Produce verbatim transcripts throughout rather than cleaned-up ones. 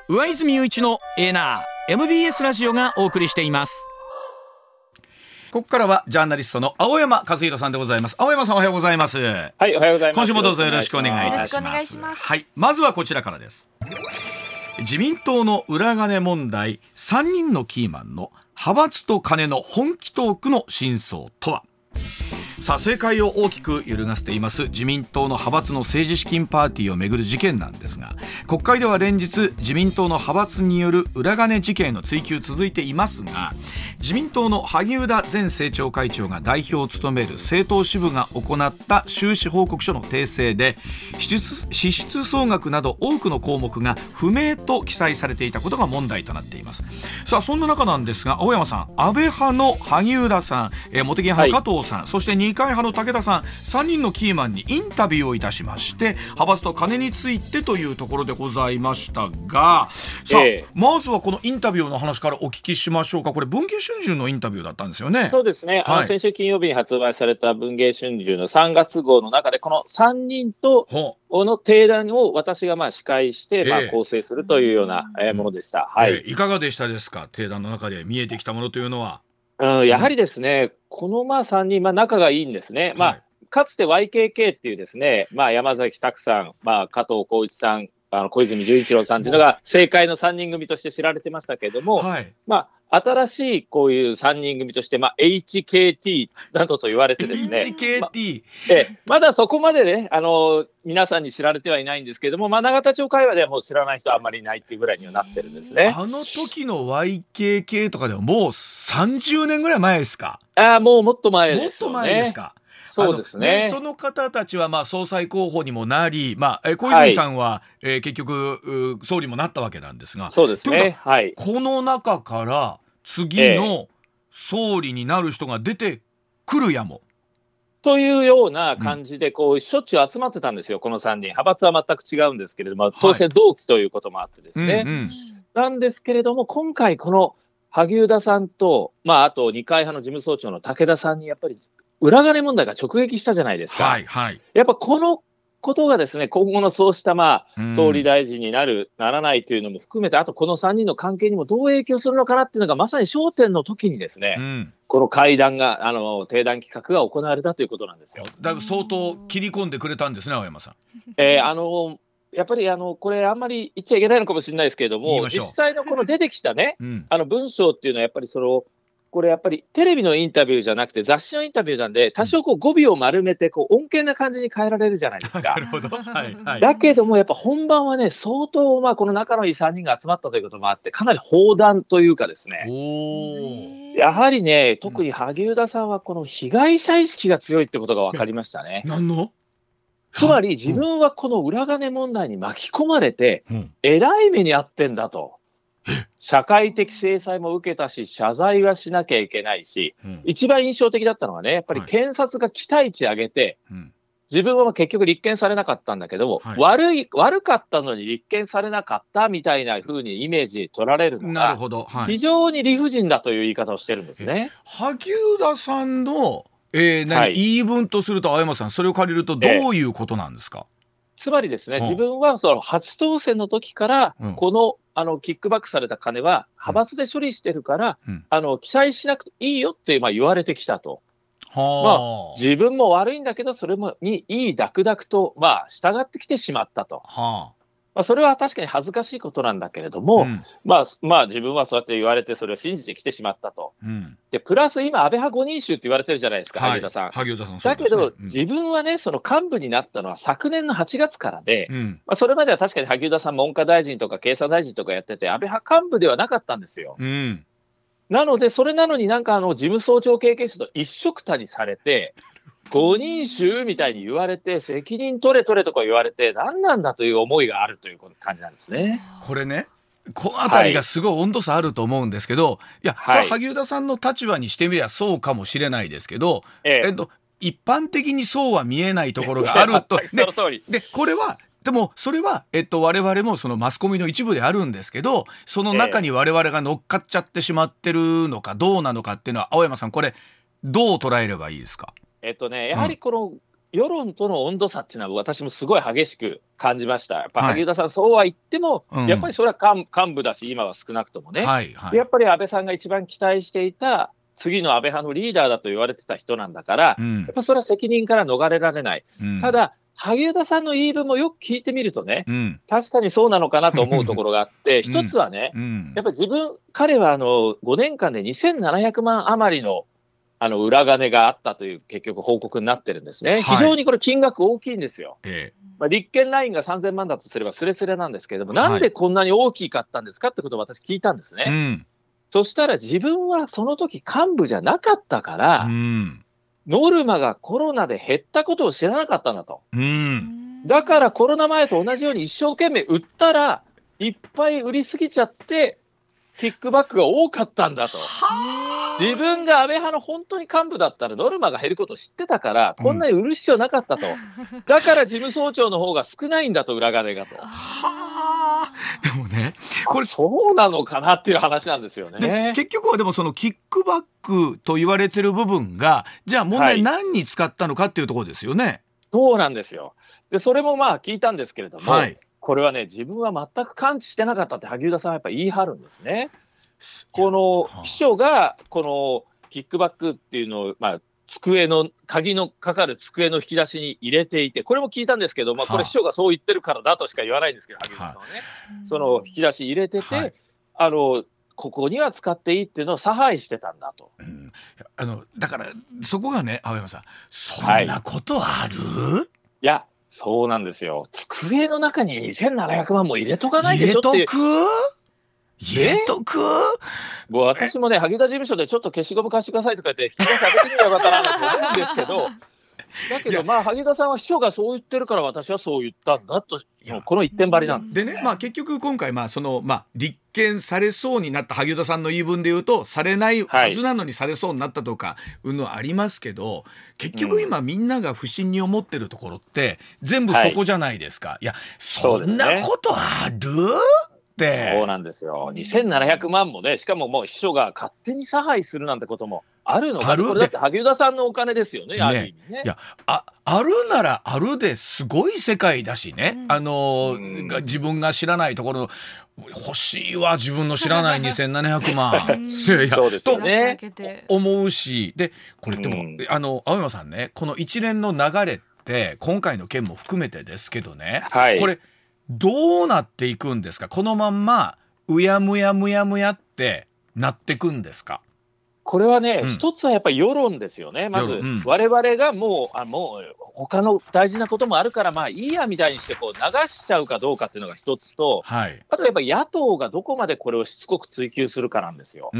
上泉雄一のエーナー エムビーエス ラジオがお送りしています。ここからはジャーナリストの青山和弘さんでございます。青山さん、おはようございます。 はい、おはようございます。 今週もどうぞよろしくお願いいたします。 よろしくお願いします。 はい、まずはこちらからです。自民党の裏金問題、さんにんのキーマンの派閥と金の本気トークの真相とは。さあ、政界を大きく揺るがせています自民党の派閥の政治資金パーティーをめぐる事件なんですが、国会では連日自民党の派閥による裏金事件の追及続いていますが、自民党の萩生田前政調会長が代表を務める政党支部が行った収支報告書の訂正で、支出、支出総額など多くの項目が不明と記載されていたことが問題となっています。さあ、そんな中なんですが、青山さん、安倍派の萩生田さん、えー、茂木派の加藤さん、はい、そして二階派の武田さん、さんにんのキーマンにインタビューをいたしまして、派閥と金についてというところでございましたが、さあ、えー、まずはこのインタビューの話からお聞きしましょうか。これ文藝春秋のインタビューだったんですよね。 そうですね、あの先週金曜日に発売された文藝春秋のさんがつ号の中で、このさんにんとの定談を私がまあ司会して、まあ構成するというようなものでした。はい、 えー、いかがでしたですか。定談の中で見えてきたものというのは。 うん、やはりですね、このまあさんにん、まあ、仲がいいんですね。まあ、はい、かつて ワイケーケー っていうですね、まあ、山崎拓さん、まあ、加藤浩一さん、あの小泉純一郎さんというのが政界のさんにん組として知られてましたけれども、はい、まあ、新しいこういうさんにん組として、まあ、エイチケーティー などと言われてですね、 エイチケーティー、 まえまだそこまでね、あの皆さんに知られてはいないんですけれども、まあ、永田町界隈ではもう知らない人はあんまりいないっていうぐらいにはなってるんですね。 あの時の ワイケーケー とかでももうさんじゅうねんぐらい前ですか。 ああ、もうもっと前ですよね。 もっと前ですか。 そうですね。 ね、その方たちはまあ総裁候補にもなり、まあ、え小泉さんは、はい、えー、結局総理もなったわけなんですが、 そうですね、はい、 この中から次の総理になる人が出てくるやも、えー、というような感じでこうしょっちゅう集まってたんですよ、このさんにん。派閥は全く違うんですけれども、当選同期ということもあってですね、はい、うんうん、なんですけれども、今回この萩生田さんと、まあ、あと二階派の事務総長の武田さんにやっぱり裏金問題が直撃したじゃないですか。 はいはい、 やっぱこのことがですね、今後のそうしたまあ総理大臣になる、ならないというのも含めて、あとこのさんにんの関係にもどう影響するのかなっていうのがまさに焦点の時にですね、うん、この会談が、あの定談企画が行われたということなんですよ。 だいぶ相当切り込んでくれたんですね、青山さん。 えー、あのやっぱりあのこれあんまり言っちゃいけないのかもしれないですけれども、実際のこの出てきたね、うん、あの文章っていうのはやっぱりそのこれやっぱりテレビのインタビューじゃなくて雑誌のインタビューなんで、多少こう語尾を丸めてこう穏健な感じに変えられるじゃないですか。 なるほど、はいはい、 だけどもやっぱ本番はね、相当まあこの仲のいいさんにんが集まったということもあって、かなり砲弾というかですね、おやはりね、特に萩生田さんはこの被害者意識が強いってことが分かりましたね。 何の？ つまり自分はこの裏金問題に巻き込まれて、うん、えらい目に遭ってんだと。社会的制裁も受けたし、謝罪はしなきゃいけないし、うん、一番印象的だったのはね、やっぱり検察が期待値上げて、はい、自分は結局立件されなかったんだけども、はい、悪い、悪かったのに立件されなかったみたいな風にイメージ取られるのが、 なるほど、はい、 非常に理不尽だという言い方をしてるんですね。 萩生田さんの、えー何はい、言い分とすると、青山さん、それを借りるとどういうことなんですか？ えーつまりですね、自分はその初当選の時から、この、うん、あのキックバックされた金は派閥で処理してるから、うん、あの記載しなくていいよってまあ言われてきたと。はあ、まあ、自分も悪いんだけど、それもにいいダクダクと、まあ、従ってきてしまったと。はあ、まあ、それは確かに恥ずかしいことなんだけれども、うん、まあ、まあ、自分はそうやって言われて、それを信じてきてしまったと。うん、で、プラス今、安倍派ごにん衆って言われてるじゃないですか、はい、萩生田さん。 萩生田さん、そうですね。 だけど、 うん、 自分はね、その幹部になったのは昨年のはちがつからで、うん、まあ、それまでは確かに萩生田さん、文科大臣とか経産大臣とかやってて、安倍派幹部ではなかったんですよ。うん、なので、それなのになんかあの事務総長経験者と一緒くたにされて、ごにん衆みたいに言われて、責任取れ取れとか言われて、何なんだという思いがあるという感じなんですね。 これね、このあたりがすごい温度差あると思うんですけど、いや、はい、それは萩生田さんの立場にしてみればそうかもしれないですけど、えええっと、一般的にそうは見えないところがあると。 その通り。 で、これはでもそれは、えっと、我々もそのマスコミの一部であるんですけど、その中に我々が乗っかっちゃってしまってるのかどうなのかっていうのは、青山さん、これどう捉えればいいですか？ えっとね、やはりこの、うん、 世論との温度差っていうのは私もすごい激しく感じました。やっぱ萩生田さん、はい、そうは言っても、うん、やっぱりそれは幹幹部だし、今は少なくともね、はいはい、でやっぱり安倍さんが一番期待していた次の安倍派のリーダーだと言われてた人なんだから、うん、やっぱそれは責任から逃れられない。うん、ただ萩生田さんの言い分もよく聞いてみるとね、うん、確かにそうなのかなと思うところがあって、一つはね、うん、やっぱり自分、彼はあのごねんかんでにせんななひゃくまん余りのあの裏金があったという結局報告になってるんですね。はい、非常にこれ金額大きいんですよ。ええ、まあ、立憲ラインがさんぜんまんだとすればスレスレなんですけれども、なんでこんなに大きかったんですかってことを私聞いたんですね。うん、そしたら自分はその時幹部じゃなかったから、うん、ノルマがコロナで減ったことを知らなかったんだと。うん、だからコロナ前と同じように一生懸命売ったらいっぱい売りすぎちゃってキックバックが多かったんだと。自分が安倍派の本当に幹部だったらノルマが減ることを知ってたからこんなに売る必要なかったと、うん、だから事務総長の方が少ないんだと裏金がと。はあ、でもねこれそうなのかなっていう話なんですよね。 結局はでもそのキックバックと言われてる部分がじゃあ問題何に使ったのかっていうところですよね。はい、 そうなんですよ。でそれもまあ聞いたんですけれども、はい、これはね自分は全く感知してなかったって萩生田さんはやっぱり言い張るんですね。この秘書がこのキックバックっていうのを、まあ、机の鍵のかかる机の引き出しに入れていて、これも聞いたんですけど、まあ、これ秘書がそう言ってるからだとしか言わないんですけど、萩生田さんはね、その引き出し入れてて、はい、あのここには使っていいっていうのを差配してたんだと。うん、 あのだからそこがね青山さんそんなことある？はい、 いやそうなんですよ。机の中ににせんななひゃくまんも入れとかないでしょっていう。 入れとく？入れとく？ もう私もね萩生田事務所でちょっと消しゴム貸してくださいとか言って引き出し開けてみればよかったなと思うんですけどだけどまあ萩生田さんは秘書がそう言ってるから私はそう言ったんだとこの一点張りなんです、 ね、でね、まあ、結局今回まあその、まあ、立件されそうになった萩生田さんの言い分で言うとされないはずなのにされそうになったとかいうのはありますけど、はい、結局今みんなが不審に思ってるところって全部そこじゃないですか、はい、いやそんなことある？ そうなんですよ。にせんななひゃくまんもね、しかももう秘書が勝手に差配するなんてこともあるのか。これだって萩生田さんのお金ですよね、ある意味ね。 いや あ, あるならあるですごい世界だしね、うん、あの、うん、自分が知らないところ欲しいわ自分の知らないにせんななひゃくまんってそうですよねと思うし、でこれでも、うん、あの青山さんねこの一連の流れって今回の件も含めてですけどね、はい、これどうなっていくんですか？このまんまうやむやむやむやってなってくんですか？ これはね、うん、一つはやっぱり世論ですよね。まず、うん、我々がもうあもう他の大事なこともあるからまあいいやみたいにしてこう流しちゃうかどうかっていうのが一つと、はい、あとやっぱり野党がどこまでこれをしつこく追及するかなんですよ。うん、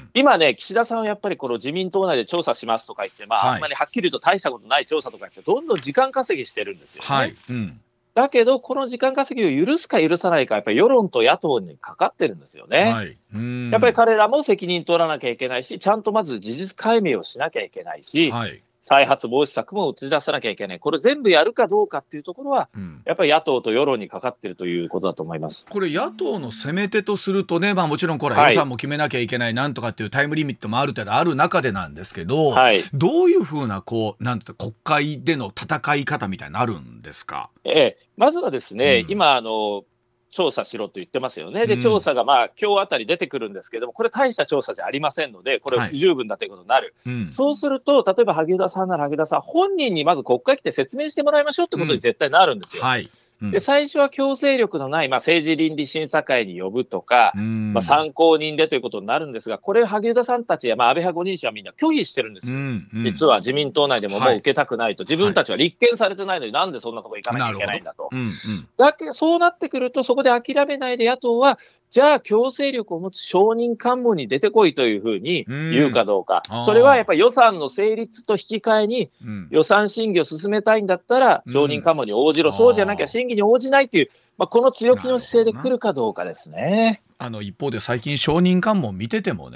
今ね岸田さんはやっぱりこの自民党内で調査しますとか言って、まあ、はい、あんまりはっきり言うと大したことない調査とか言ってどんどん時間稼ぎしてるんですよね。はい、うん、だけどこの時間稼ぎを許すか許さないかやっぱり世論と野党にかかってるんですよね。はい、うんやっぱり彼らも責任取らなきゃいけないしちゃんとまず事実解明をしなきゃいけないし、はい、再発防止策も打ち出さなきゃいけない。これ全部やるかどうかっていうところは、うん、やっぱり野党と世論にかかってるということだと思います。 これ野党の攻め手とするとね、まあ、もちろんこれ予算も決めなきゃいけない、はい、なんとかっていうタイムリミットもある程度ある中でなんですけど、はい、どういうふうなこうなんて国会での戦い方みたいになるんですか？ ええ、まずはですね、うん、今あの調査しろと言ってますよね。で、調査がまあ今日あたり出てくるんですけども、これ大した調査じゃありませんので、これは不十分だということになる。はいうん、そうすると、例えば萩生田さんなら萩生田さん本人にまず国会来て説明してもらいましょうってことに絶対なるんですよ。うんはいうん、で最初は強制力のない、まあ、政治倫理審査会に呼ぶとか、まあ、参考人でということになるんですが、これ萩生田さんたちや、まあ、安倍派ごにんしはみんな拒否してるんですよ、うんうん、実は自民党内でももう受けたくないと、はい、自分たちは立件されてないのになんでそんなとこ行かなきゃいけないんだと、うんうん、だけそうなってくるとそこで諦めないで野党はじゃあ強制力を持つ証人喚問に出てこいというふうに言うかどうか、うん、それはやっぱり予算の成立と引き換えに予算審議を進めたいんだったら証人喚問に応じろ、うん、そうじゃなきゃ審議に応じないという、まあ、この強気の姿勢で来るかどうかですね。 あの一方で最近証人喚問見ててもね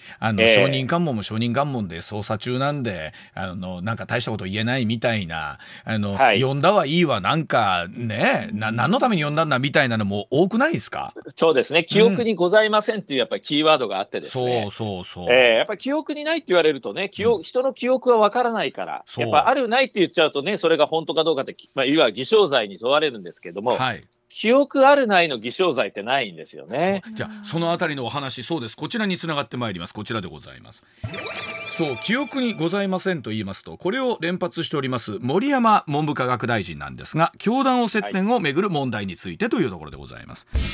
あの、 えー証人喚問も証人喚問で捜査中なんで、あのなんか大したこと言えないみたいな、あの、 はい呼んだはいいわ、なんかね、な何のために呼んだんだみたいなのも多くないですか？ そうですね、記憶にございませんっていうやっぱりキーワードがあってですね、 そうそうそう、 えーやっぱり記憶にないって言われるとね、記憶、うん、人の記憶はわからないから、やっぱあるないって言っちゃうとね、それが本当かどうかって、まあ、いわゆる偽証罪に問われるんですけども、 はい、 記憶あるないの偽証罪ってないんですよね。 じゃあそのあたりのお話、そうです、こちらにつながってまいります。こちらでございます。そう、記憶にございませんと言いますと、これを連発しております森山文部科学大臣なんですが、教団を接点をめぐる問題についてというところでございます。はい、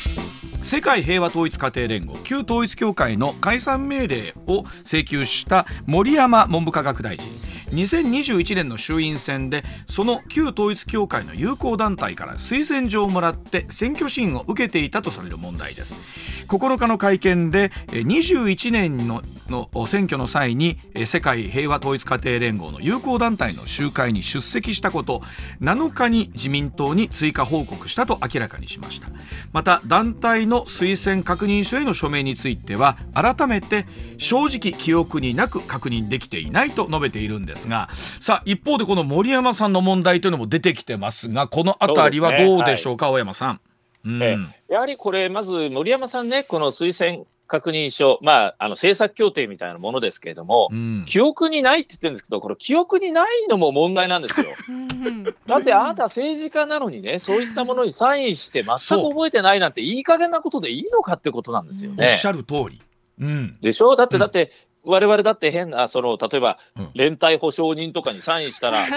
世界平和統一家庭連合、旧統一教会の解散命令を請求した森山文部科学大臣、にせんにじゅういちねんの衆院選でその旧統一教会の友好団体から推薦状をもらって選挙支援を受けていたとされる問題です。ここのかの会見でにじゅういちねん の, の選挙の際に世界平和統一家庭連合の友好団体の集会に出席したこと、なのかに自民党に追加報告したと明らかにしました。また団体の推薦確認書への署名については改めて正直記憶になく確認できていないと述べているんですが、さあ一方でこの森山さんの問題というのも出てきてますが、このあたりはどうでしょうか、青山さん。うん、 えやはりこれまず森山さんね、この推薦確認書、まあ、あの政策協定みたいなものですけれども、うん、記憶にないって言ってるんですけど、これ記憶にないのも問題なんですよ。だってあなた政治家なのにね、そういったものにサインして全く覚えてないなんていい加減なことでいいのかってことなんですよね。 おっしゃる通り、うん、 でしょ。だって、だって我々だって変なその例えば連帯保証人とかにサインしたら、うん、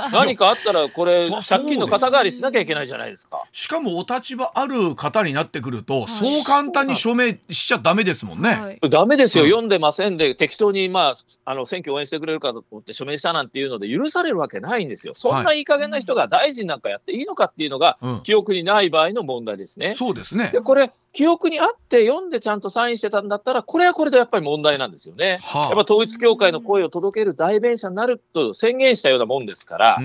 何かあったらこれ借金の肩代わりしなきゃいけないじゃないですか。 しかもお立場ある方になってくると、はい、そう簡単に署名しちゃダメですもんね。はい、 ダメですよ、うん、読んでませんで適当に、まあ、あの選挙応援してくれるかと思って署名したなんていうので許されるわけないんですよ。そんないい加減な人が大臣なんかやっていいのかっていうのが、はい、記憶にない場合の問題ですね。 そうですね。 でこれ記憶にあって読んでちゃんとサインしてたんだったら、これはこれでやっぱり問題なんですよね。はあ、やっぱ統一教会の声を届ける代弁者になると宣言したようなもんですから、うん、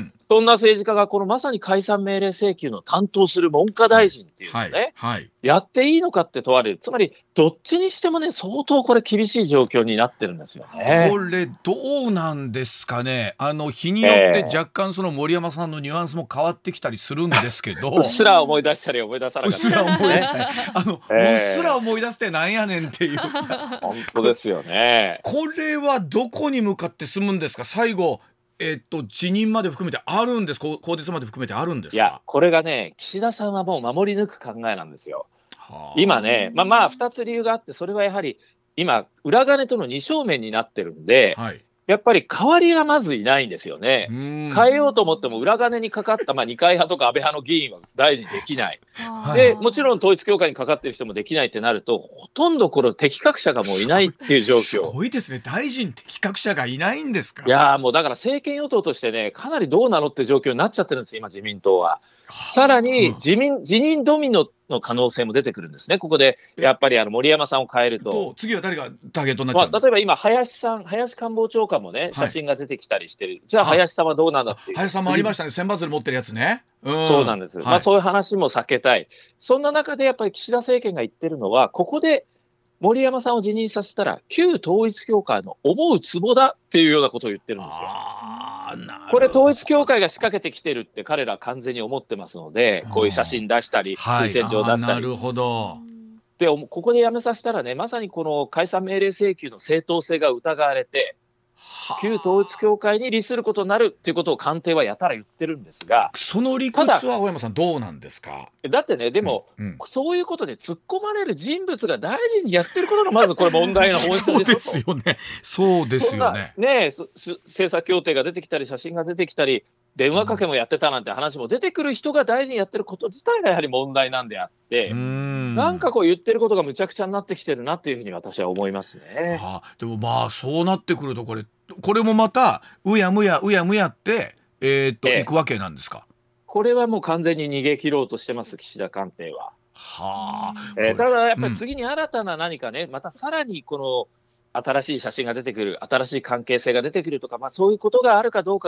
そんな政治家がこのまさに解散命令請求の担当する文科大臣っていうのをね、はいはい、やっていいのかって問われる。つまりどっちにしてもね、相当これ厳しい状況になってるんですよね。 これどうなんですかね。あの日によって若干その森山さんのニュアンスも変わってきたりするんですけど、 うっすら思い出したり思い出さなかったり、ね、 うっすら思い出したりあの、えー、うっすら思い出してなんやねんっていう本当ですよね。 これはどこに向かって進むんですか。最後、えー、っと辞任まで含めてあるんですか。更迭まで含めてあるんですか。 いやこれがね、岸田さんはもう守り抜く考えなんですよ。はあ、今ね、まあまあふたつ理由があって、それはやはり今裏金との二正面になってるんで、はい、やっぱり代わりがまずいないんですよね。変えようと思っても裏金にかかった、まあ、二階派とか安倍派の議員は大臣できない。でもちろん統一教会にかかってる人もできないってなると、ほとんどこの適格者がもういないっていう状況。 すごいですね。大臣適格者がいないんですか。 いやもうだから政権与党としてね、かなりどうなのって状況になっちゃってるんです今自民党は。さらに自民辞任ドミノの可能性も出てくるんですね。ここでやっぱりあの森山さんを変えると、 次は誰がターゲットになっちゃうんですか。 まあ、例えば今林さん、林官房長官もね写真が出てきたりしてる、はい、じゃあ林さんはどうなんだっていう。 林さんもありましたね、千羽鶴持ってるやつね。 うん、そうなんです、はい、まあ、そういう話も避けたい。そんな中でやっぱり岸田政権が言ってるのは、ここで森山さんを辞任させたら旧統一教会の思うツボだっていうようなことを言ってるんですよ。あ、これ統一教会が仕掛けてきてるって彼ら完全に思ってますので、こういう写真出したり推薦状出したり、はい、なるほど。でここでやめさせたらね、まさにこの解散命令請求の正当性が疑われて、旧統一教会に利することになるっていうことを官邸はやたら言ってるんですが、 その理屈は青山さんどうなんですか。 だってね、でも、うんうん、そういうことで突っ込まれる人物が大臣にやってることがまずこれ問題の本質ですよ。 そうですよね。そうですよね。 ね、政策協定が出てきたり写真が出てきたり電話かけもやってたなんて話も出てくる人が大臣やってること自体がやはり問題なんであって、うーん、なんかこう言ってることがむちゃくちゃになってきてるなっていうふうに私は思いますね。 はあ、でもまあそうなってくるとこれこれもまたうやむやうやむやってえー、っと、ええ、いくわけなんですか。 これはもう完全に逃げ切ろうとしてます岸田官邸は。 はあ、 えー、ただやっぱり次に新たな何かね、うん、またさらにこの新しい写真が出てくる、新しい関係性が出てくるとか、まあ、そういうことがあるかどうかが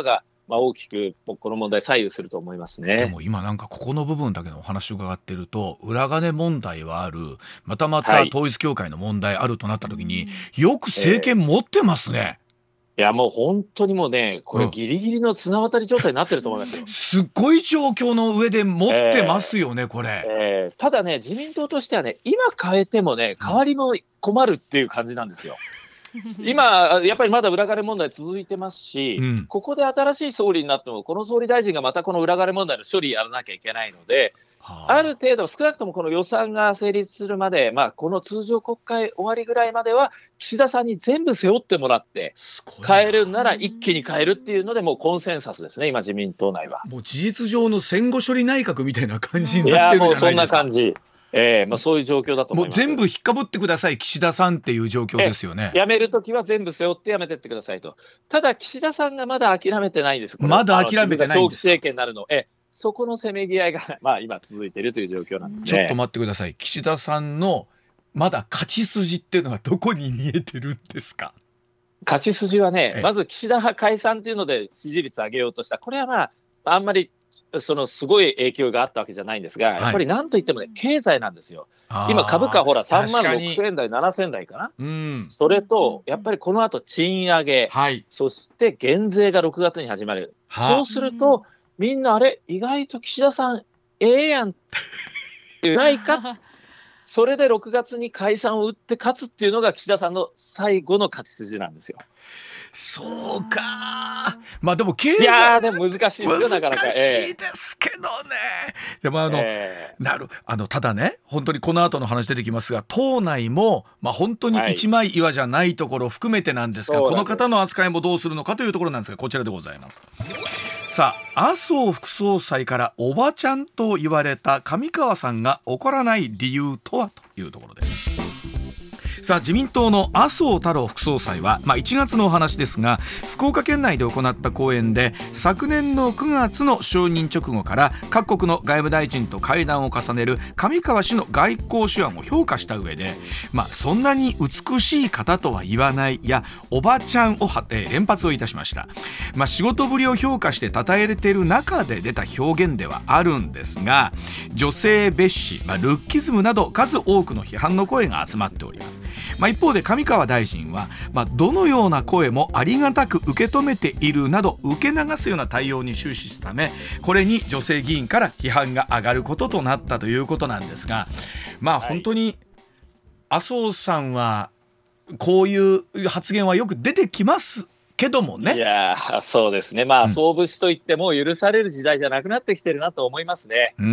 まあ、大きくこの問題左右すると思いますね。 でも今なんかここの部分だけのお話を伺ってると、裏金問題はある、またまた統一教会の問題あるとなった時に、はい、よく政権持ってますね。 えー、いやもう本当にもうね、これギリギリの綱渡り状態になってると思いますよ。うん、 すっごい状況の上で持ってますよね、えー、これ、 えー。ただね、自民党としてはね、今変えてもね、代わりも困るっていう感じなんですよ。今、やっぱりまだ裏金問題続いてますし、うん、ここで新しい総理になっても、この総理大臣がまたこの裏金問題の処理やらなきゃいけないので、はあ、ある程度、少なくともこの予算が成立するまで、まあ、この通常国会終わりぐらいまでは、岸田さんに全部背負ってもらって、変えるなら一気に変えるっていうので、もうコンセンサスですね、今、自民党内は。 もう事実上の戦後処理内閣みたいな感じになってるじゃないですか。いや、もうそんな感じ。 えーまあ、そういう状況だと思います。 もう全部引っかぶってください、岸田さんっていう状況ですよね。 辞めるときは全部背負って辞めてってくださいと。ただ、岸田さんがまだ諦めてないんです。 まだ諦めてないんですか。 長期政権になるの。えそこのせめぎ合いが、まあ、今続いているという状況なんですね。 ちょっと待ってください。岸田さんのまだ勝ち筋っていうのはどこに見えてるんですか。 勝ち筋はね、まず岸田派解散っていうので支持率上げようとした。これはまあ、あんまりそのすごい影響があったわけじゃないんですが、はい、やっぱりなんといってもね、経済なんですよ。今株価ほらさんまんろくせんだいななせんだいかな、うん、それとやっぱりこの後賃上げ、はい、そして減税がろくがつに始まる、そうするとみんなあれ意外と岸田さんええやんってないかそれでろくがつに解散を打って勝つっていうのが岸田さんの最後の勝ち筋なんですよ。 そうか。まあでも経済、 いやでも難しいですよ、なかなか。 難しいですけどね。でもあの、えー、なるあのただね、本当にこの後の話出てきますが、党内もまあ本当に一枚岩じゃないところを含めてなんですが、はい、この方の扱いもどうするのかというところなんですが、こちらでございます。さあ、麻生副総裁からおばちゃんと言われた上川さんが怒らない理由とはというところです。さあ、自民党の麻生太郎副総裁は、まあ、いちがつのお話ですが、福岡県内で行った講演で昨年のくがつの就任直後から各国の外務大臣と会談を重ねる上川氏の外交手腕を評価した上で、まあ、そんなに美しい方とは言わないやおばちゃんを、えー、連発をいたしました。まあ、仕事ぶりを評価して称えられている中で出た表現ではあるんですが、女性蔑視、まあ、ルッキズムなど数多くの批判の声が集まっております。まあ、一方で上川大臣は、まあ、どのような声もありがたく受け止めているなど受け流すような対応に終始したため、これに女性議員から批判が上がることとなったということなんですが、まあ本当に麻生さんはこういう発言はよく出てきますけどもね。 いやそうですね、まあ、麻生節といっても許される時代じゃなくなってきてるなと思いますね。うん、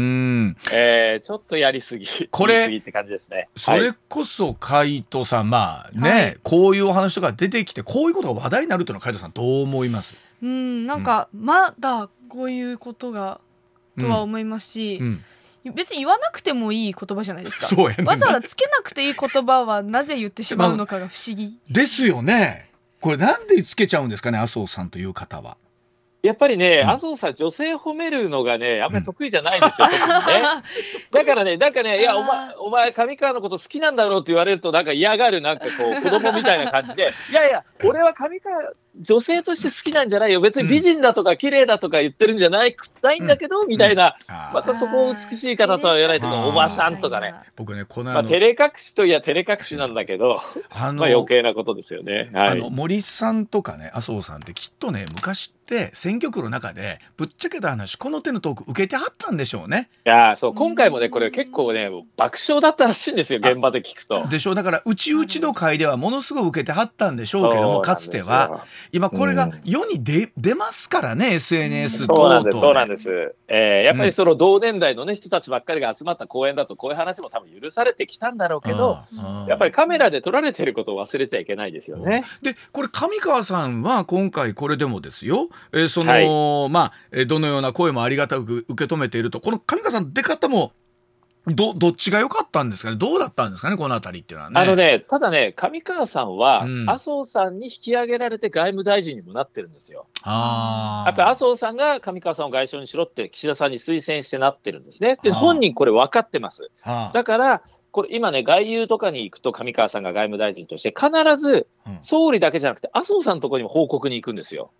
えー、ちょっとやりすぎこれやりすぎって感じですね。 それこそ海人さん、まあね、はい、こういうお話とか出てきてこういうことが話題になるというのは海人さんどう思います？ うん、なんか、うん、まだこういうことがとは思いますし、うんうん、別に言わなくてもいい言葉じゃないですか。そうやね、わざわざつけなくていい言葉はなぜ言ってしまうのかが不思議、 まあ、ですよね。これなんでつけちゃうんですかね、麻生さんという方は。 やっぱりね、うん、麻生さん女性褒めるのがねあんまり得意じゃないんですよ、うん、特にねだからねなんかねいやお前お前上川のこと好きなんだろうって言われるとなんか嫌がる、なんかこう子供みたいな感じでいやいや俺は上川女性として好きなんじゃないよ、別に美人だとか綺麗だとか言ってるんじゃないくないんだけど、うん、みたいな、うん、またそこを美しい方とは言わないとか、おばさんとかね、 僕ねこの、 まあ、照れ隠しといや照れ隠しなんだけどあのまあ余計なことですよね、はい、 あの森さんとかね麻生さんってきっとね昔って選挙区の中でぶっちゃけた話この手のトーク受けてはったんでしょうね。 いやそう今回もねこれ結構ね爆笑だったらしいんですよ、現場で聞くと。 でしょう、だからうちうちの会ではものすごい受けてはったんでしょうけども、かつては今これが世に 出, 出ますからね エスエヌエス 等々、 そうなんですそうなんです、えー、やっぱりその同年代の、ね、人たちばっかりが集まった公演だとこういう話も多分許されてきたんだろうけど、やっぱりカメラで撮られてることを忘れちゃいけないですよね。 でこれ上川さんは今回これでもですよ、えーそのはいまあ、どのような声もありがたく受け止めていると、この上川さんの出方もど, どっちが良かったんですかね、どうだったんですかね、このあたりっていうのはね。 あのねただね上川さんは、うん、麻生さんに引き上げられて外務大臣にもなってるんですよ。あやっぱり麻生さんが上川さんを外相にしろって岸田さんに推薦してなってるんですね。で本人これ分かってます。だからこれ今ね外遊とかに行くと上川さんが外務大臣として必ず総理だけじゃなくて麻生さんのところにも報告に行くんですよ。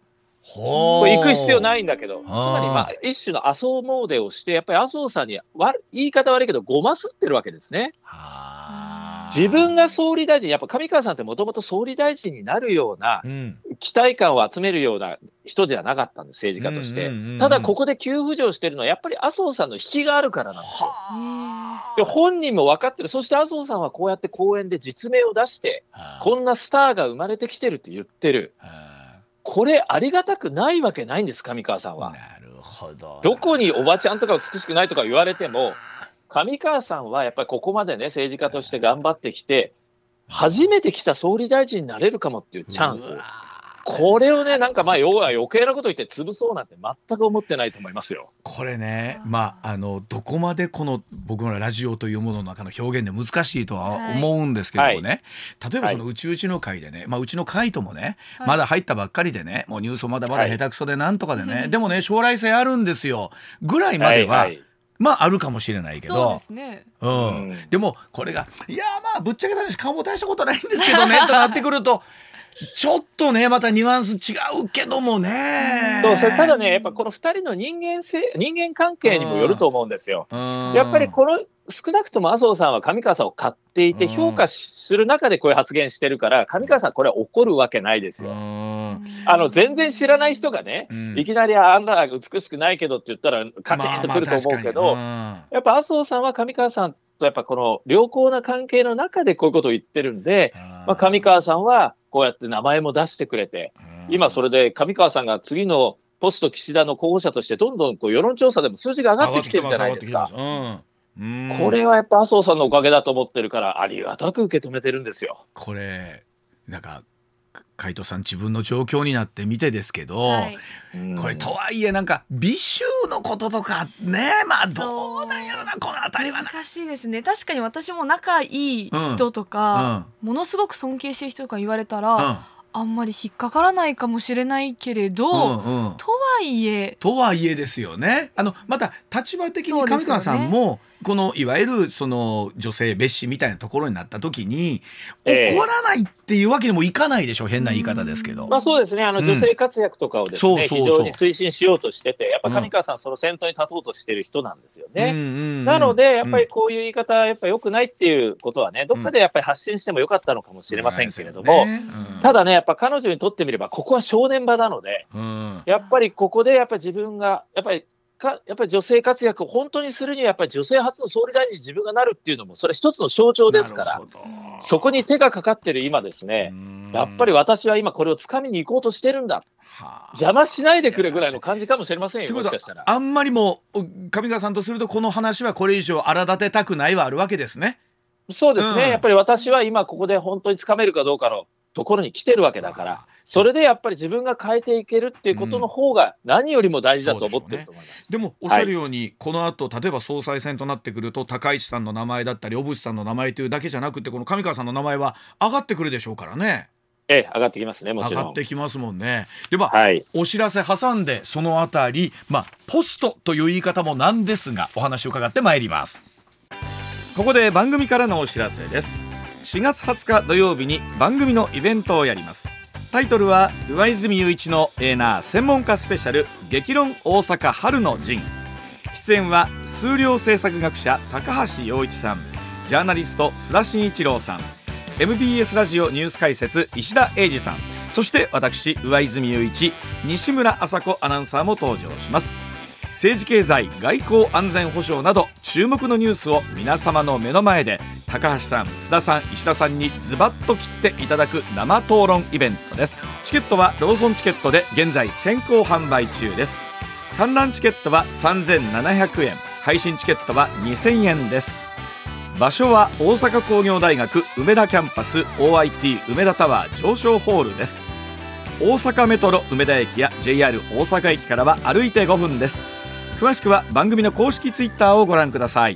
これ行く必要ないんだけど、つまりまあ一種の麻生詣をして、やっぱり麻生さんにわ言い方悪いけどごますってるわけですね。自分が総理大臣、やっぱ上川さんってもともと総理大臣になるような、うん、期待感を集めるような人じゃなかったんです、政治家として。うんうんうんうん、ただここで急浮上してるのはやっぱり麻生さんの引きがあるからなんですよ。で本人も分かってる。そして麻生さんはこうやって講演で実名を出してこんなスターが生まれてきてるって言ってる。これありがたくないわけないんです、上川さんは。 なるほど。 どこにおばちゃんとか美しくないとか言われても、上川さんはやっぱりここまでね政治家として頑張ってきて初めて来た総理大臣になれるかもっていうチャンス、これをねなんかまあ要は余計なこと言って潰そうなんて全く思ってないと思いますよ。 これね、まああのどこまでこの僕のラジオというものの中の表現で難しいとは思うんですけどもね、はい、例えばそのうちうちの会でね、まあ、うちの会ともね、はい、まだ入ったばっかりでね、もうニュースまだまだ下手くそでなんとかでね、はい、でもね将来性あるんですよぐらいまでは、はいはい、まああるかもしれないけど、 そうですね、 うん、うん、でもこれがいやまあぶっちゃけた話顔も大したことないんですけどねとなってくるとちょっとねまたニュアンス違うけどもね。 そうそれただねやっぱこのふたりの人間性人間関係にもよると思うんですよ。やっぱりこの少なくとも麻生さんは上川さんを買っていて評価する中でこういう発言してるから上川さんこれは怒るわけないですよ。あの全然知らない人がね、うん、いきなりあんな美しくないけどって言ったらカチンとくると思うけど、まあまあやっぱ麻生さんは上川さんとやっぱこの良好な関係の中でこういうことを言ってるんで、まあ、上川さんはこうやって名前も出してくれて、今それで上川さんが次のポスト岸田の候補者としてどんどんこう世論調査でも数字が上がってきてるじゃないですか。うん、これはやっぱ麻生さんのおかげだと思ってるからありがたく受け止めてるんですよ。 これなんか海藤さん自分の状況になってみてですけど、はい、これとはいえなんか美醜のこととかねまあどうなんやろなこのあたりは難しいですね。確かに私も仲いい人とか、うんうん、ものすごく尊敬してる人とか言われたら、うんあんまり引っかからないかもしれないけれど、うんうん、とはいえとはいえですよね。あのまた立場的に上川さんも、ね、このいわゆるその女性蔑視みたいなところになった時に、えー、怒らないっていうわけにもいかないでしょ。変な言い方ですけど、 まあ、そうですねあの女性活躍とかをですね、うん、そうそうそう非常に推進しようとしててやっぱ上川さんその先頭に立とうとしてる人なんですよね、うんうんうん、なのでやっぱりこういう言い方やっぱ良くないっていうことはねどっかでやっぱり発信してもよかったのかもしれませんけれども、うんねうん、ただねやっぱ彼女にとってみればここは正念場なので、うん、やっぱりここでやっぱり自分がやっぱりかやっぱり女性活躍を本当にするにはやっぱり女性初の総理大臣に自分がなるっていうのもそれ一つの象徴ですからそこに手がかかってる今ですねやっぱり私は今これを掴みに行こうとしてるんだ邪魔しないでくれぐらいの感じかもしれませんよ。もしかしたらあんまりも上川さんとするとこの話はこれ以上荒立てたくないはあるわけですね。 そうですね、うん、やっぱり私は今ここで本当に掴めるかどうかのところに来てるわけだからそれでやっぱり自分が変えていけるっていうことの方が何よりも大事だと思ってると思います、 うん、でもおっしゃるように、はい、この後例えば総裁選となってくると高市さんの名前だったり小渕さんの名前というだけじゃなくてこの上川さんの名前は上がってくるでしょうからね。 ええ、上がってきますね。もちろん上がってきますもんね。では、はい、お知らせ挟んでそのあたり、まあ、ポストという言い方もなんですがお話を伺ってまいります。ここで番組からのお知らせです。しがつはつか土曜日に番組のイベントをやります。タイトルは上泉雄一のエーナー専門家スペシャル激論大阪春の陣。出演は数量政策学者高橋洋一さん、ジャーナリスト須田慎一郎さん、 エムビーエス ラジオニュース解説石田英二さん、そして私上泉雄一、西村麻子アナウンサーも登場します。政治経済外交安全保障など注目のニュースを皆様の目の前で高橋さん、須田さん、石田さんにズバッと切っていただく生討論イベントです。チケットはローソンチケットで現在先行販売中です。観覧チケットはさんぜんななひゃくえん、配信チケットはにせんえんです。場所は大阪工業大学梅田キャンパス オーアイティー 梅田タワー上昇ホールです。大阪メトロ梅田駅や ジェイアール 大阪駅からは歩いてごふんです。詳しくは番組の公式ツイッターをご覧ください。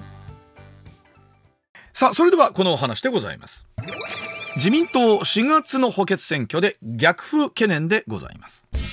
さあそれではこのお話でございます。自民党しがつの補欠選挙で逆風懸念でございます。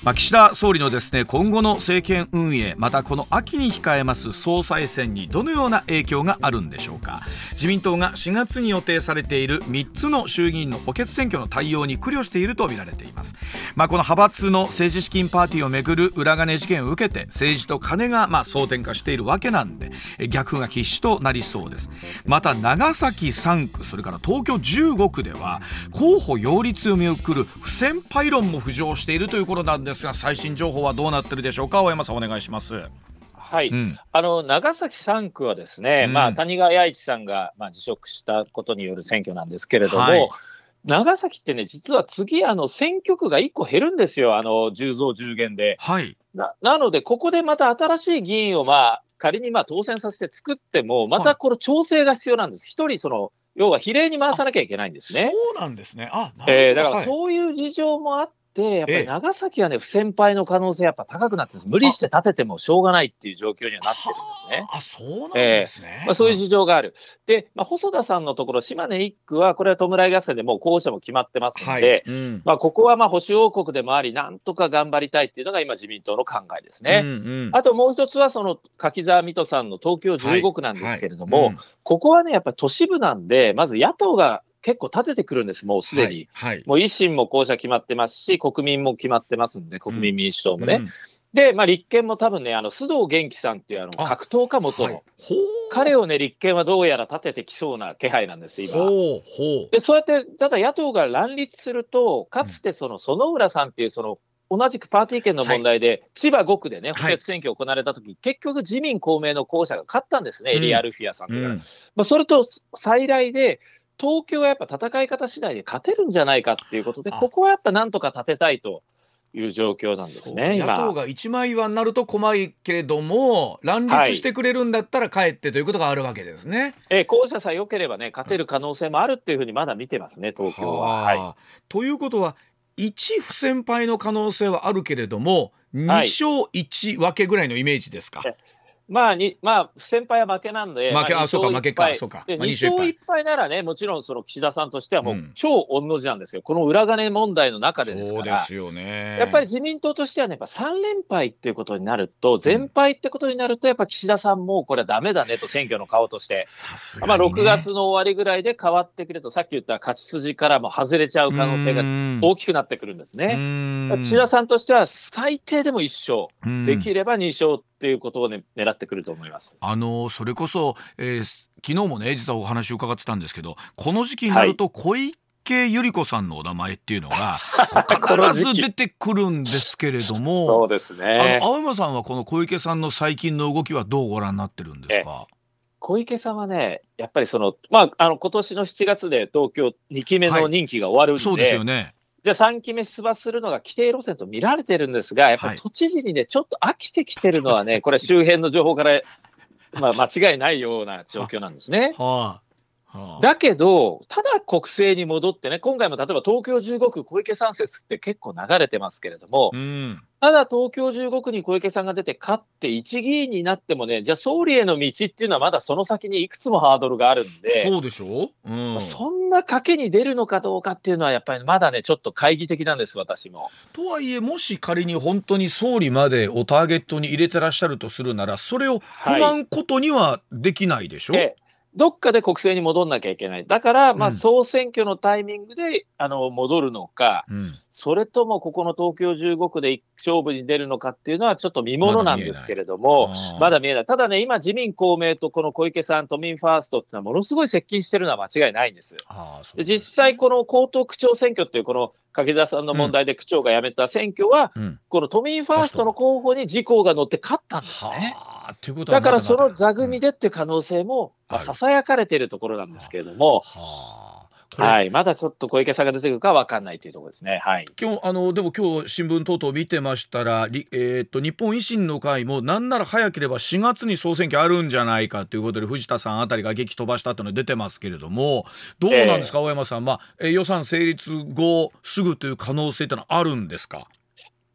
まあ、岸田総理のですね今後の政権運営、またこの秋に控えます総裁選にどのような影響があるんでしょうか。自民党がしがつに予定されているみっつの衆議院の補欠選挙の対応に苦慮していると見られています。まあ、この派閥の政治資金パーティーをめぐる裏金事件を受けて政治と金がまあ争点化しているわけなんで、逆が必至となりそうです。また長崎さんく、それから東京じゅうごくでは候補擁立を見送る不戦敗論も浮上しているということなんですが、最新情報はどうなっているでしょうか。青山さんお願いします。 はい、うん、あの長崎さんくはですね、うん、まあ、谷川弥一さんが、まあ、辞職したことによる選挙なんですけれども、はい、長崎ってね、実は次あの選挙区がいっこ減るんですよ、あのじゅう増じゅう減で、 はい、 な, なのでここでまた新しい議員を、まあ、仮にまあ当選させて作ってもまたこの調整が必要なんです。一、はい、人その要は比例に回さなきゃいけないんですね。 そうなんですね。あ、なるほど。 えー、だからそういう事情もあって、でやっぱり長崎はね、不戦敗の可能性やっぱ高くなってるんです。無理して立ててもしょうがないっていう状況にはなってるんですね。 あ、そうなんですね。 えーまあ、そういう事情がある。で、まあ、細田さんのところ、島根いっくは、これは弔い合戦でもう候補者も決まってますので、はい、うん、まあ、ここはまあ保守王国でもあり、なんとか頑張りたいっていうのが今、自民党の考えですね。うんうん、あともう一つは、その柿沢水戸さんの東京じゅうごくなんですけれども、はいはい、うん、ここはね、やっぱり都市部なんで、まず野党が結構立ててくるんです、もうすでに、はいはい、もう維新も候補者決まってますし、国民も決まってますんで、国民民主党もね。うんうん、で、まあ、立憲も多分ね、あの須藤元気さんっていうあの格闘家元の、はい、彼をね、立憲はどうやら立ててきそうな気配なんです、今。ほうほうで、そうやって、ただ野党が乱立すると、かつてその園浦さんっていう、その、同じくパーティー権の問題で、はい、千葉ごくでね、補欠選挙行われたとき、はい、結局、自民公明の候補者が勝ったんですね、うん、エリア・ルフィアさんというから、うん、まあ、それと再来で、東京はやっぱ戦い方次第で勝てるんじゃないかっていうことで、ここはやっぱなんとか立てたいという状況なんですね。 野党が一枚岩になると困るけれども、乱立してくれるんだったら帰ってということがあるわけですね。 はい、え候補者さえ良ければね、勝てる可能性もあるっていうふうにまだ見てますね、東京は。はい、 ということは、いち不戦敗の可能性はあるけれども、に勝いち分けぐらいのイメージですか。 はい、まあ、にまあ、不戦敗は負けなんで、 負け、まあ、あ、そうか、負けか、そうか。 で、まあ、に勝いっぱいならね、もちろんその岸田さんとしてはもう超御の字なんですよ。うん、この裏金問題の中でですから。 そうですよね。 やっぱり自民党としてはね、やっぱさん連敗っていうことになると、全敗ってことになると、やっぱ岸田さんもこれはダメだねと、選挙の顔として。 さすがにね、 まあ、ろくがつの終わりぐらいで変わってくると、さっき言った勝ち筋からも外れちゃう可能性が大きくなってくるんですね。岸田さんとしては最低でもいっ勝、できればに勝っていうことを、ね、狙ってくると思います。 あのそれこそ、えー、昨日もね実はお話を伺ってたんですけど、この時期になると小池百合子さんのお名前っていうのが必ず出てくるんですけれどもそうですね。 あの青山さんはこの小池さんの最近の動きはどうご覧になってるんですか。 小池さんはね、やっぱりその、まあ、あの今年のしちがつで東京にきめの任期が終わるんで、 はい、そうですよね。 じゃあさんきめ出馬するのが規定路線と見られてるんですが、やっぱり都知事にね、ちょっと飽きてきてるのはね、これ周辺の情報から、まあ、間違いないような状況なんですね。はあはあ、だけど、ただ国政に戻ってね、今回も例えば東京じゅうごく小池さん説って結構流れてますけれども、うん、ただ東京じゅうごくに小池さんが出て勝って一議員になってもね、じゃあ総理への道っていうのはまだその先にいくつもハードルがあるんで、 そうでしょ、うん、 そんな賭けに出るのかどうかっていうのはやっぱりまだね、ちょっと懐疑的なんです、私も。 とはいえ、もし仮に本当に総理までをターゲットに入れてらっしゃるとするなら、それを不満ことにはできないでしょ、はい、 どっかで国政に戻んなきゃいけない。だから、まあ、総選挙のタイミングで、うん、あの戻るのか、うん、それともここの東京じゅうごくで勝負に出るのかっていうのはちょっと見ものなんですけれども、まだ見えない。ただね、今自民公明とこの小池さん、都民ファーストっていうのはものすごい接近してるのは間違いないんです。ああ、そうですね。で、実際この江東区長選挙っていうこの柿沢さんの問題で区長が辞めた選挙は、うん、この都民ファーストの候補に自公が乗って勝ったんですね。だからその座組でっていう可能性も、まあ、ささやかれているところなんですけれども、はい、まだちょっと小池さんが出てくるか分かんないというところですね。はい、 今日あのでも今日新聞等々見てましたら、えー、と日本維新の会もなんなら早ければしがつに総選挙あるんじゃないかということで、藤田さんあたりが激飛ばしたというのが出てますけれども、どうなんですか、えー、青山さん、まあ、予算成立後すぐという可能性というのはあるんですか。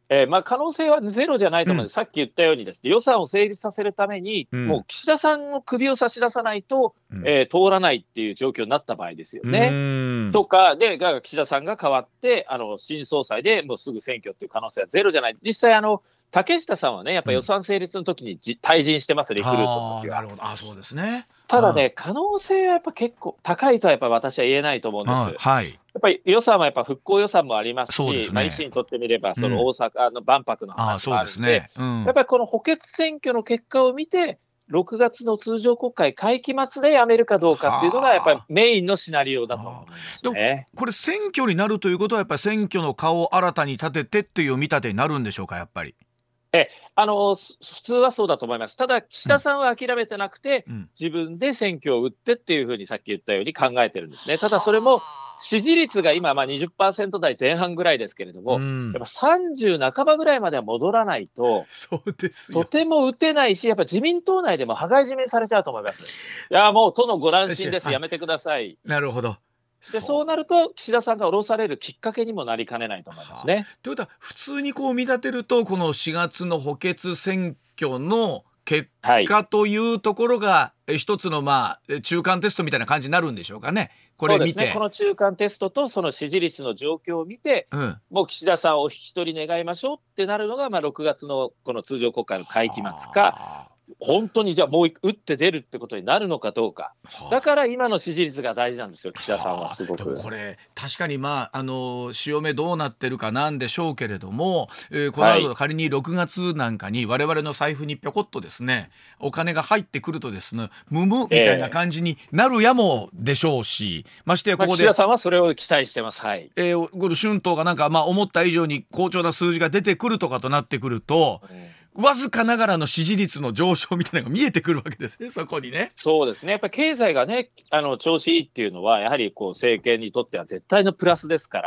えーまあ、可能性はゼロじゃないと思うんです、うん、さっき言ったようにですね、予算を成立させるために、うん、もう岸田さんの首を差し出さないと、うん、えー、通らないっていう状況になった場合ですよね。とかで、岸田さんが変わって、あの新総裁でもうすぐ選挙っていう可能性はゼロじゃない。実際あの竹下さんはね、やっぱ予算成立の時にじ、うん、退陣してます、リクルートの時は。 なるほど、あ、そうですね。 ただね、可能性はやっぱ結構高いとはやっぱ私は言えないと思うんです。 はい、 やっぱり予算はやっぱ復興予算もありますし、ね、まあ、維新にとってみればその大阪の万博の話もあるので、うん、やっぱりこの補欠選挙の結果を見て、ろくがつの通常国会会期末でやめるかどうかっていうのがやっぱりメインのシナリオだと思いますね。 これ選挙になるということはやっぱり選挙の顔を新たに立ててっていう見立てになるんでしょうか、やっぱり。 えあの普通はそうだと思います。ただ岸田さんは諦めてなくて、うん、自分で選挙を打ってっていうふうにさっき言ったように考えてるんですね。ただそれも支持率が今まあ にじゅっパーセント 台前半ぐらいですけれども、うん、やっぱさんじゅう半ばぐらいまでは戻らないとそうですよ、 とても打てないし、やっぱ自民党内でも羽交い締めされちゃうと思います。いやもう党のご乱心です、やめてください。 なるほど。 でそうなると岸田さんが下ろされるきっかけにもなりかねないと思いますね。はあ、 ということは普通にこう見立てるとこのしがつの補欠選挙の結果というところが一つのまあ中間テストみたいな感じになるんでしょうかね。これ見てそうですね、この中間テストとその支持率の状況を見て、うん、もう岸田さんをお引き取り願いましょうってなるのが、まあろくがつのこの通常国会の会期末か、本当にじゃあもう打って出るってことになるのかどうか。だから今の支持率が大事なんですよ、岸田さんはすごく。 でもこれ確かにまああの潮目どうなってるかなんでしょうけれども、えー、この後仮にろくがつなんかに我々の財布にぴょこっとですねお金が入ってくるとですねむむみたいな感じになるやもでしょうし、えー、ましてやここで、 まあ、岸田さんはそれを期待してます。はい、 えー、この春闘がなんかまあ思った以上に好調な数字が出てくるとかとなってくると、うんわずかながらの支持率の上昇みたいなのが見えてくるわけですね、そこにね。 そうですね、やっぱり経済がねあの調子いいっていうのはやはりこう政権にとっては絶対のプラスですから、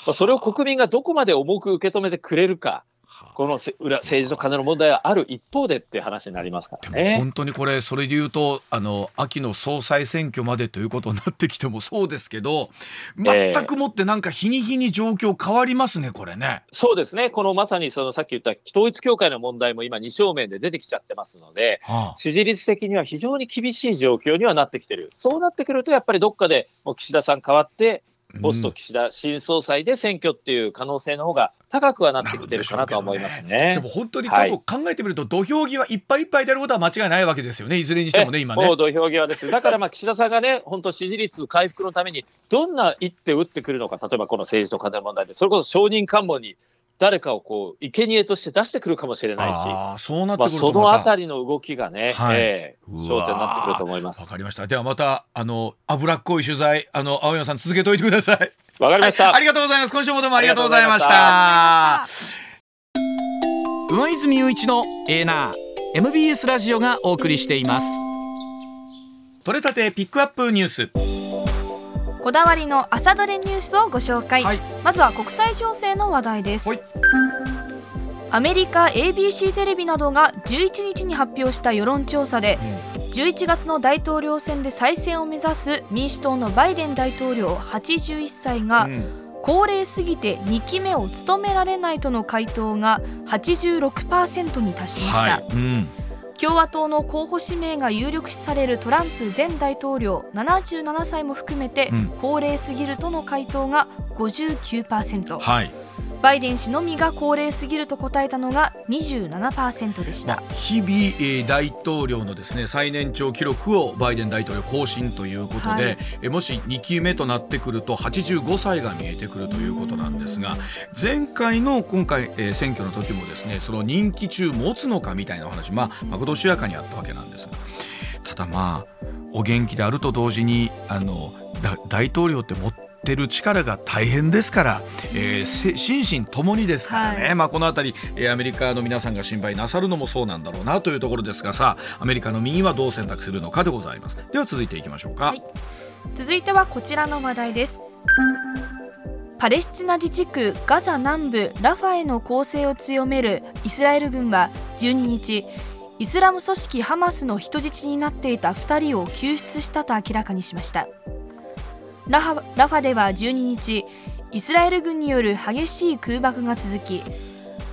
それを国民がどこまで重く受け止めてくれるか、この裏政治と金の問題はある一方でっていう話になりますからね。 でも本当にこれそれで言うとあの秋の総裁選挙までということになってきてもそうですけど、全くもってなんか日に日に状況変わりますね、これね。 そうですね、このまさにそのさっき言った統一教会の問題も今二正面で出てきちゃってますので、はあ、支持率的には非常に厳しい状況にはなってきてる。そうなってくるとやっぱりどっかでもう岸田さん変わってポスト岸田新総裁で選挙っていう可能性の方が高くはなってきてるかなとは思いますね。 でも本当に過去考えてみると、はい、土俵際いっぱいいっぱいであることは間違いないわけですよね、いずれにしてもね今ね。 もう土俵際です。だからまあ岸田さんがね本当支持率回復のためにどんな一手を打ってくるのか、例えばこの政治と金の問題でそれこそ証人喚問に誰かをこう生贄として出してくるかもしれないし、 あそうなってくるとまあ、そのあたりの動きがね、はいえー、焦点になってくると思います。 わかりました。ではまたあの脂っこい取材あの青山さん続けておいてください。 わかりました、 はい、ありがとうございます。今週もどうもありがとうございました。上泉雄一のエーナー エムビーエス ラジオがお送りしています。取れたてピックアップニュース、 こだわりの朝どれニュースをご紹介、はい、まずは国際情勢の話題です。アメリカ エービーシー テレビなどがじゅういちにちに発表した世論調査で、うん、じゅういちがつの大統領選で再選を目指す民主党のバイデン大統領はちじゅういっさいが、うん、高齢すぎてにきめを務められないとの回答が はちじゅうろくパーセント に達しました。はいうん、共和党の候補指名が有力視されるトランプ前大統領ななじゅうななさいも含めて、うん、高齢すぎるとの回答が ごじゅうきゅうパーセント、はい、バイデン氏のみが高齢すぎると答えたのが にじゅうななパーセント でした。 まあ、日々、えー、大統領のですね最年長記録をバイデン大統領更新ということで、はい、えもしにきめとなってくるとはちじゅうごさいが見えてくるということなんですが、前回の今回、えー、選挙の時もですねその任期中持つのかみたいなお話まあまことしやかにあったわけなんですが、ただまあお元気であると同時にあの大統領って持ってる力が大変ですから、えー、心身ともにですからね、はいまあ、このあたり、えー、アメリカの皆さんが心配なさるのもそうなんだろうなというところですが、さあアメリカの民意はどう選択するのかでございます。では続いていきましょうか。はい、 続いてはこちらの話題です。パレスチナ自治区ガザ南部ラファへの攻勢を強めるイスラエル軍はじゅうににちイスラム組織ハマスの人質になっていたふたりを救出したと明らかにしました。ラファ、ラファではじゅうににちイスラエル軍による激しい空爆が続き、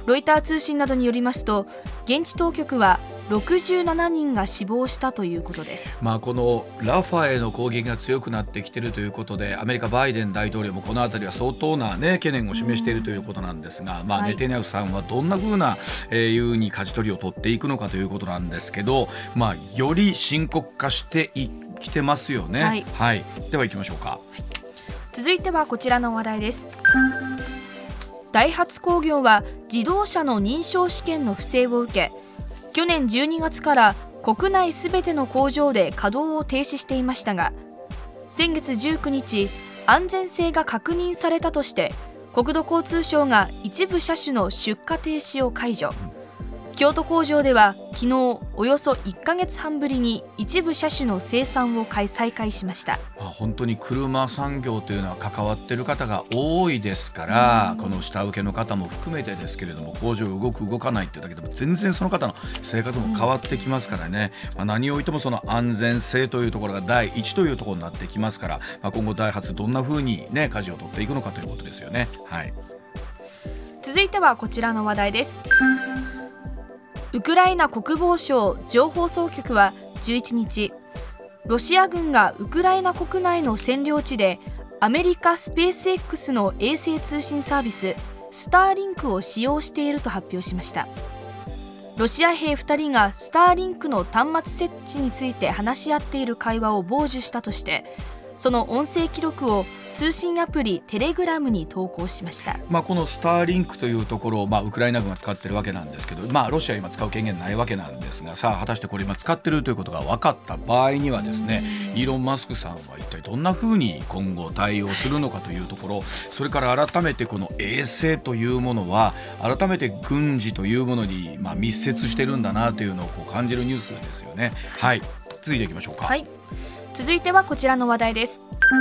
ロイター通信などによりますと、現地当局はろくじゅうななにんが死亡したということです。 まあ、このラファへの攻撃が強くなってきているということで、アメリカバイデン大統領もこのあたりは相当な、ね、懸念を示しているということなんですが、まあ、ネタニヤフさんはどんな風な、えー、いうに舵取りを取っていくのかということなんですけど、まあ、より深刻化してきてますよね。はい、はい、では行きましょうか。はい、 続いてはこちらの話題です。ダイハツ工業は自動車の認証試験の不正を受け、去年じゅうにがつから国内すべての工場で稼働を停止していましたが、先月じゅうくにち、安全性が確認されたとして国土交通省が一部車種の出荷停止を解除。京都工場では昨日およそいっかげつはんぶりに一部車種の生産を再開しました。 まあ、本当に車産業というのは関わっている方が多いですから、この下請けの方も含めてですけれども、工場動く動かないってだけでも全然その方の生活も変わってきますからね。まあ、何をおいてもその安全性というところが第一というところになってきますから、まあ、今後ダイハツどんな風にね舵を取っていくのかということですよね。はい、 続いてはこちらの話題です。ウクライナ国防省情報総局はじゅういちにち、ロシア軍がウクライナ国内の占領地でアメリカスペース X の衛星通信サービススターリンクを使用していると発表しました。ロシア兵ふたりがスターリンクの端末設置について話し合っている会話を傍受したとして、その音声記録を通信アプリテレグラムに投稿しました。 まあ、このスターリンクというところを、まあ、ウクライナ軍が使っているわけなんですけど、まあ、ロシアは今使う権限ないわけなんですが、さあ果たしてこれ今使っているということが分かった場合にはですね、イーロン・マスクさんは一体どんな風に今後対応するのかというところ、それから改めてこの衛星というものは改めて軍事というものにまあ密接してるんだなというのをこう感じるニュースですよね。はい、続いていきましょうか。 はい、続いてはこちらの話題です。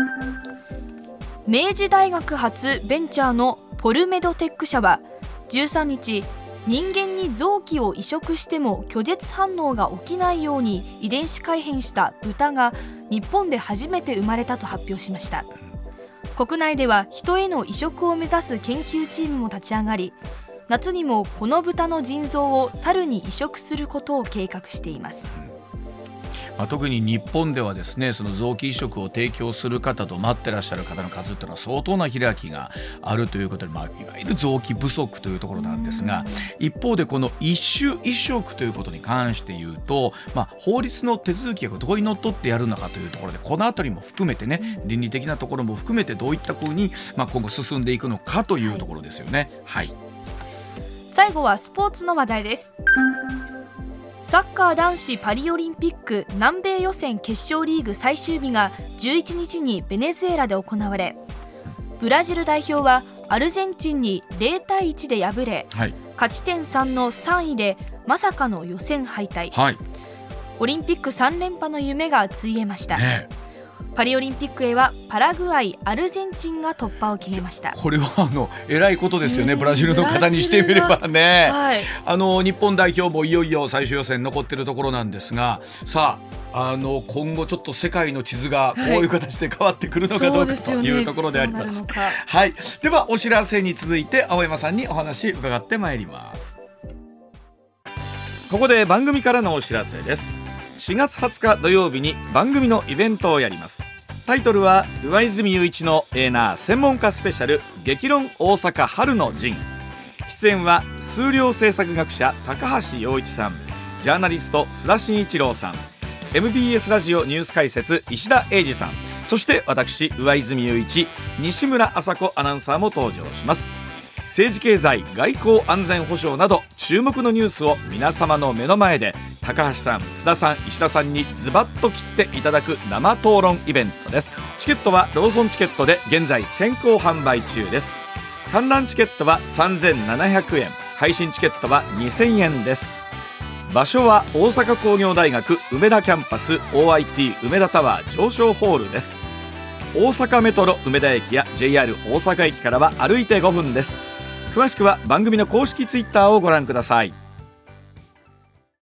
明治大学発ベンチャーのポルメドテック社はじゅうさんにち、人間に臓器を移植しても拒絶反応が起きないように遺伝子改変した豚が日本で初めて生まれたと発表しました。国内では人への移植を目指す研究チームも立ち上がり、夏にもこの豚の腎臓を猿に移植することを計画しています。 まあ、特に日本ではですね、その臓器移植を提供する方と待ってらっしゃる方の数というのは相当な開きがあるということで、まあ、いわゆる臓器不足というところなんですが、一方でこの一種移植ということに関して言うと、まあ、法律の手続きがどこにのっとってやるのかというところで、このあたりも含めてね、倫理的なところも含めてどういったふうに、まあ、今後進んでいくのかというところですよね。はい、 最後はスポーツの話題です。サッカー男子パリオリンピック南米予選決勝リーグ最終日がじゅういちにちにベネズエラで行われ、ブラジル代表はアルゼンチンにゼロたいいちで敗れ、はい、勝ち点さんのさんいでまさかの予選敗退、はい、オリンピックさんれんぱの夢がついえました。ね、パリオリンピックへはパラグアイ、アルゼンチンが突破を決めました。 これはあのえらいことですよね、ブラジルの方にしてみればね、はい、あの日本代表もいよいよ最終予選残っているところなんですが、さあ、あの今後ちょっと世界の地図がこういう形で変わってくるのかどうか、はい、というところであります。はい、ではお知らせに続いて青山さんにお話伺ってまいります。ここで番組からのお知らせです。しがつはつか土曜日に番組のイベントをやります。タイトルは上泉雄一のエーナー専門家スペシャル激論大阪春の陣。出演は数量政策学者高橋洋一さん、ジャーナリスト須田慎一郎さん、 エムビーエス ラジオニュース解説石田英二さん、そして私上泉雄一、西村麻子アナウンサーも登場します。政治経済外交安全保障など注目のニュースを皆様の目の前で高橋さん、須田さん、石田さんにズバッと切っていただく生討論イベントです。チケットはローソンチケットで現在先行販売中です。観覧チケットはさんぜんななひゃくえん、配信チケットはにせんえんです。場所は大阪工業大学梅田キャンパス オーアイティー 梅田タワー上昇ホールです。大阪メトロ梅田駅や ジェイアール 大阪駅からは歩いてごふんです。詳しくは番組の公式ツイッターをご覧ください。